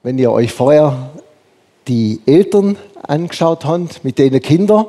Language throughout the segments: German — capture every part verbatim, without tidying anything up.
wenn ihr euch vorher die Eltern angeschaut habt mit denen Kindern,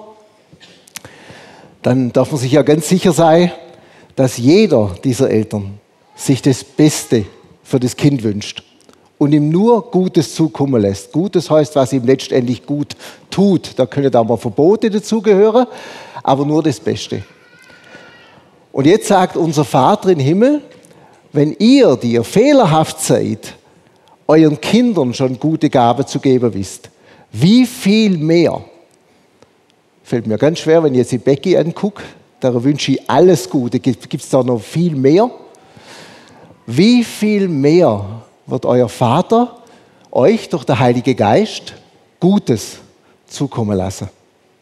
dann darf man sich ja ganz sicher sein, dass jeder dieser Eltern sich das Beste für das Kind wünscht und ihm nur Gutes zukommen lässt. Gutes heißt, was ihm letztendlich gut tut. Da können auch mal Verbote dazugehören, aber nur das Beste. Und jetzt sagt unser Vater im Himmel, wenn ihr, die ihr fehlerhaft seid, euren Kindern schon gute Gaben zu geben wisst, wie viel mehr, fällt mir ganz schwer, wenn ich jetzt die Becky angucke, da wünsche ich alles Gute, gibt es da noch viel mehr? Wie viel mehr wird euer Vater euch durch den Heiligen Geist Gutes zukommen lassen?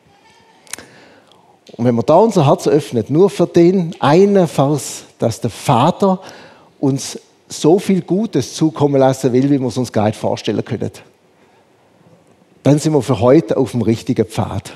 Und wenn man da unser Herz öffnet, nur für den einen Vers, dass der Vater uns so viel Gutes zukommen lassen will, wie wir es uns gar nicht vorstellen können, dann sind wir für heute auf dem richtigen Pfad.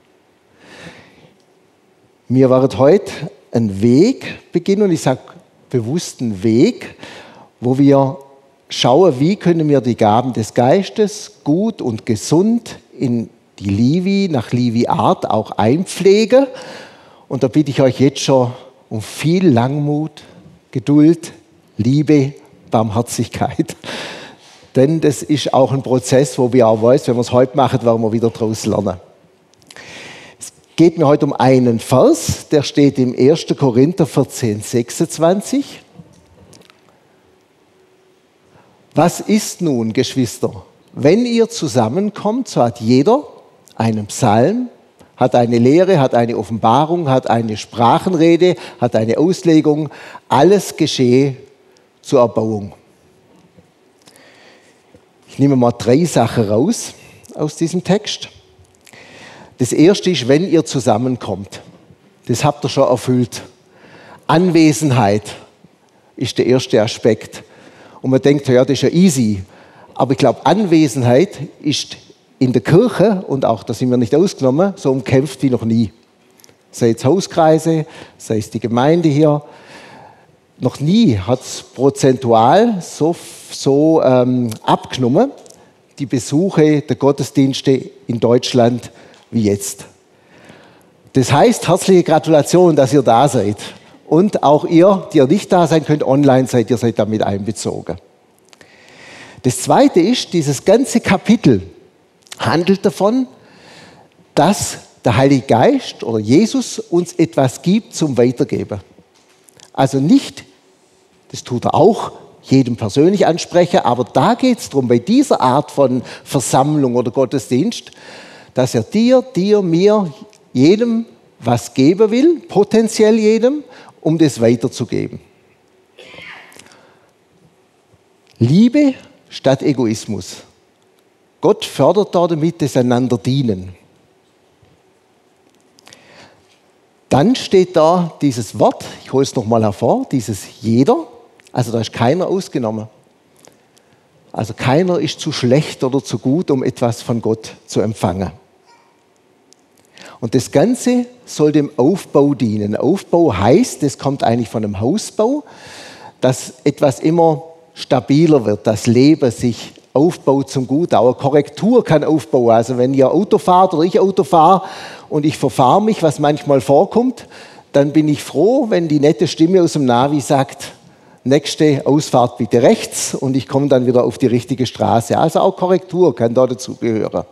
Wir werden heute einen Weg beginnen, und ich sage bewusst einen Weg, wo wir schauen, wie können wir die Gaben des Geistes gut und gesund in die Livi, nach Livi-Art auch einpflegen. Und da bitte ich euch jetzt schon um viel Langmut, Geduld, Liebe, Barmherzigkeit. Denn das ist auch ein Prozess, wo wir auch wissen, wenn wir es heute machen, werden wir wieder daraus lernen. Es geht mir heute um einen Vers, der steht im ersten Korinther vierzehn, sechsundzwanzig. Was ist nun, Geschwister? Wenn ihr zusammenkommt, so hat jeder einen Psalm, hat eine Lehre, hat eine Offenbarung, hat eine Sprachenrede, hat eine Auslegung. Alles geschehe zur Erbauung. Ich nehme mal drei Sachen raus aus diesem Text. Das erste ist, wenn ihr zusammenkommt. Das habt ihr schon erfüllt. Anwesenheit ist der erste Aspekt. Und man denkt, ja, das ist ja easy. Aber ich glaube, Anwesenheit ist in der Kirche, und auch da sind wir nicht ausgenommen, so umkämpft wie noch nie. Sei es Hauskreise, sei es die Gemeinde hier. Noch nie hat es prozentual so, so ähm, abgenommen, die Besuche der Gottesdienste in Deutschland wie jetzt. Das heißt, herzliche Gratulation, dass ihr da seid. Und auch ihr, die ihr nicht da sein könnt, online seid, ihr seid damit einbezogen. Das Zweite ist, dieses ganze Kapitel handelt davon, dass der Heilige Geist oder Jesus uns etwas gibt zum Weitergeben. Also nicht, das tut er auch, jedem persönlich ansprechen, aber da geht es darum, bei dieser Art von Versammlung oder Gottesdienst, dass er dir, dir, mir, jedem was geben will, potenziell jedem, um das weiterzugeben. Liebe statt Egoismus. Gott fördert damit das einander dienen. Dann steht da dieses Wort, ich hole es nochmal hervor, dieses jeder, also da ist keiner ausgenommen. Also keiner ist zu schlecht oder zu gut, um etwas von Gott zu empfangen. Und das Ganze soll dem Aufbau dienen. Aufbau heißt, das kommt eigentlich von einem Hausbau, dass etwas immer stabiler wird, das Leben sich aufbaut zum Guten. Auch eine Korrektur kann aufbauen. Also wenn ihr Auto fahrt oder ich Auto fahre und ich verfahre mich, was manchmal vorkommt, dann bin ich froh, wenn die nette Stimme aus dem Navi sagt, nächste Ausfahrt bitte rechts, und ich komme dann wieder auf die richtige Straße. Also auch Korrektur kann da dazu gehören.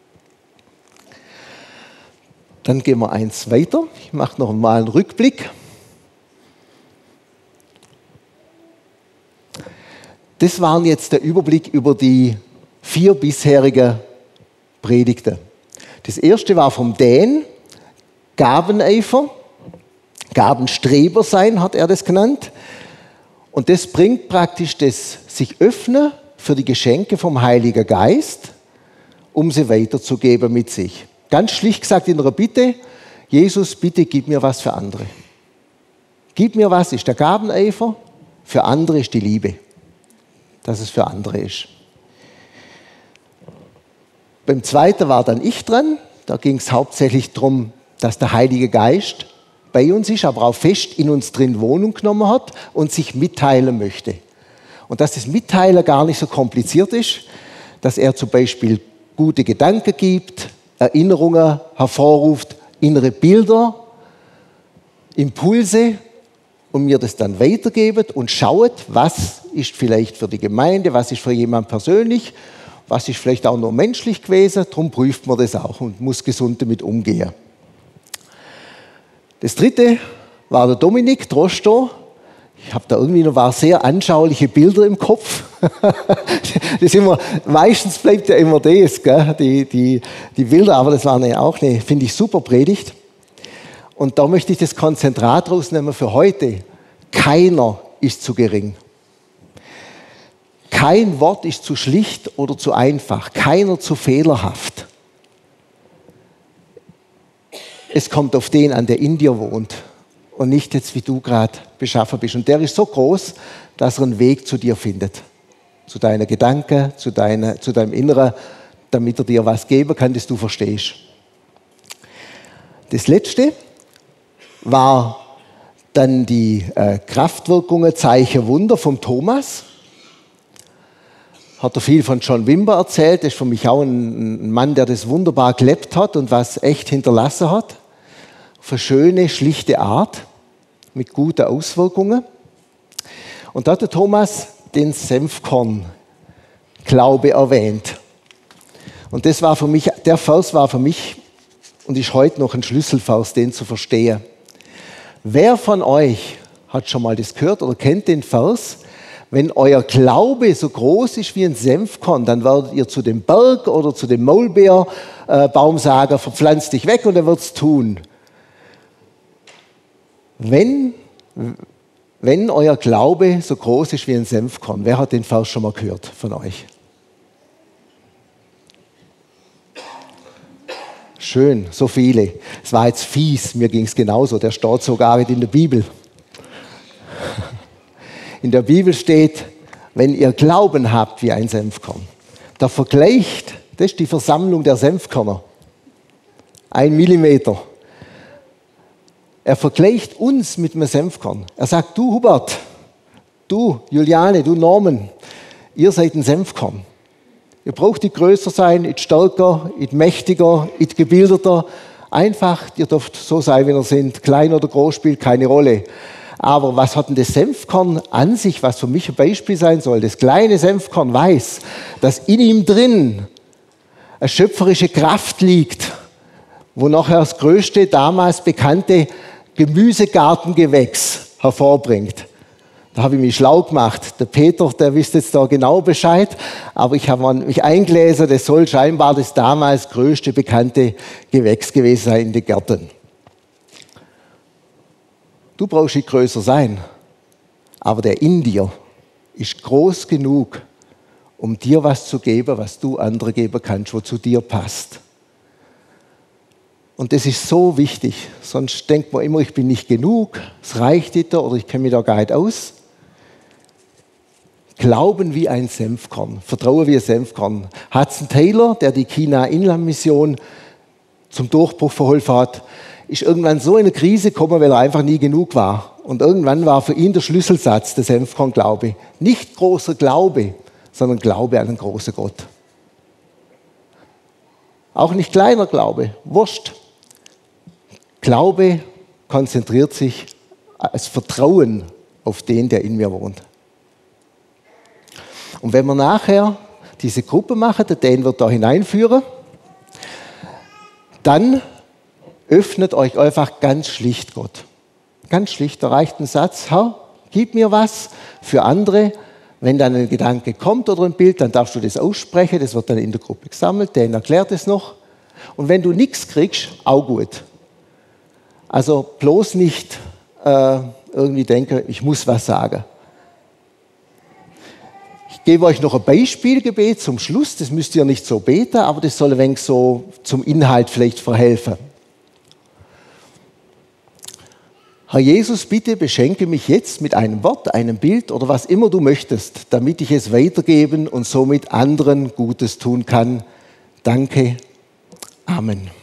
Dann gehen wir eins weiter. Ich mache noch mal einen Rückblick. Das waren jetzt der Überblick über die vier bisherigen Predigten. Das erste war vom Dan, Gabeneifer, Gabenstreber sein, hat er das genannt. Und das bringt praktisch das sich öffnen für die Geschenke vom Heiligen Geist, um sie weiterzugeben mit sich. Ganz schlicht gesagt in einer Bitte, Jesus, bitte gib mir was für andere. Gib mir was, ist der Gabeneifer, für andere ist die Liebe. Dass es für andere ist. Beim zweiten war dann ich dran. Da ging es hauptsächlich darum, dass der Heilige Geist bei uns ist, aber auch fest in uns drin Wohnung genommen hat und sich mitteilen möchte. Und dass das Mitteilen gar nicht so kompliziert ist, dass er zum Beispiel gute Gedanken gibt, Erinnerungen hervorruft, innere Bilder, Impulse und mir das dann weitergebt und schaut, was ist vielleicht für die Gemeinde, was ist für jemand persönlich, was ist vielleicht auch nur menschlich gewesen. Darum prüft man das auch und muss gesund damit umgehen. Das dritte war der Dominik Drosto. Ich habe da irgendwie noch war sehr anschauliche Bilder im Kopf. Das immer, meistens bleibt ja immer das, gell? Die, die, die Bilder, aber das war eine, auch eine, finde ich, super Predigt. Und da möchte ich das Konzentrat rausnehmen für heute. Keiner ist zu gering. Kein Wort ist zu schlicht oder zu einfach. Keiner zu fehlerhaft. Es kommt auf den an, der in dir wohnt. Und nicht jetzt, wie du gerade beschaffen bist. Und der ist so groß, dass er einen Weg zu dir findet. Zu deinen Gedanken, zu, deiner, zu deinem Inneren, damit er dir was geben kann, das du verstehst. Das Letzte war dann die äh, Kraftwirkungen, Zeichen, Wunder vom Thomas. Hat er viel von John Wimber erzählt. Das ist für mich auch ein, ein Mann, der das wunderbar gelebt hat und was echt hinterlassen hat. Auf eine schöne, schlichte Art, mit guten Auswirkungen. Und da hat der Thomas den Senfkorn-Glaube erwähnt. Und das war für mich, der Vers war für mich und ist heute noch ein Schlüsselvers, den zu verstehen. Wer von euch hat schon mal das gehört oder kennt den Vers? Wenn euer Glaube so groß ist wie ein Senfkorn, dann werdet ihr zu dem Berg oder zu dem Maulbeerbaum sagen, verpflanzt dich weg und er wird es tun. Wenn, wenn euer Glaube so groß ist wie ein Senfkorn, wer hat den Vers schon mal gehört von euch? Schön, so viele. Es war jetzt fies, mir ging es genauso, der steht sogar nicht in der Bibel. In der Bibel steht, wenn ihr Glauben habt wie ein Senfkorn. Der vergleicht, das ist die Versammlung der Senfkörner. Ein Millimeter. Er vergleicht uns mit einem Senfkorn. Er sagt, du Hubert, du Juliane, du Norman, ihr seid ein Senfkorn. Ihr braucht nicht größer sein, nicht stärker, nicht mächtiger, nicht gebildeter. Einfach, ihr dürft so sein, wie ihr seid. Klein oder groß spielt keine Rolle. Aber was hat denn das Senfkorn an sich, was für mich ein Beispiel sein soll? Das kleine Senfkorn weiß, dass in ihm drin eine schöpferische Kraft liegt, wo nachher das größte damals bekannte Gemüsegartengewächs hervorbringt. Da habe ich mich schlau gemacht. Der Peter, der wisst jetzt da genau Bescheid, aber ich habe mich eingelesen, das soll scheinbar das damals größte bekannte Gewächs gewesen sein in den Gärten. Du brauchst nicht größer sein, aber der in dir ist groß genug, um dir was zu geben, was du andere geben kannst, was zu dir passt. Und das ist so wichtig, sonst denkt man immer, ich bin nicht genug, es reicht nicht oder ich kenne mich da gar nicht aus. Glauben wie ein Senfkorn, Vertrauen wie ein Senfkorn. Hudson Taylor, der die China-Inland-Mission zum Durchbruch verholfen hat, ist irgendwann so in eine Krise gekommen, weil er einfach nie genug war. Und irgendwann war für ihn der Schlüsselsatz der Senfkorn-Glaube. Nicht großer Glaube, sondern Glaube an einen großen Gott. Auch nicht kleiner Glaube, wurscht. Glaube konzentriert sich als Vertrauen auf den, der in mir wohnt. Und wenn wir nachher diese Gruppe machen, der Dan wird da hineinführen, dann öffnet euch einfach ganz schlicht Gott. Ganz schlicht, da reicht ein Satz, Herr, gib mir was für andere. Wenn dann ein Gedanke kommt oder ein Bild, dann darfst du das aussprechen, das wird dann in der Gruppe gesammelt, Dan erklärt es noch. Und wenn du nichts kriegst, auch gut. Also bloß nicht äh, irgendwie denken, ich muss was sagen. Ich gebe euch noch ein Beispielgebet zum Schluss, das müsst ihr nicht so beten, aber das soll ein wenig so zum Inhalt vielleicht verhelfen. Herr Jesus, bitte beschenke mich jetzt mit einem Wort, einem Bild oder was immer du möchtest, damit ich es weitergeben und somit anderen Gutes tun kann. Danke. Amen.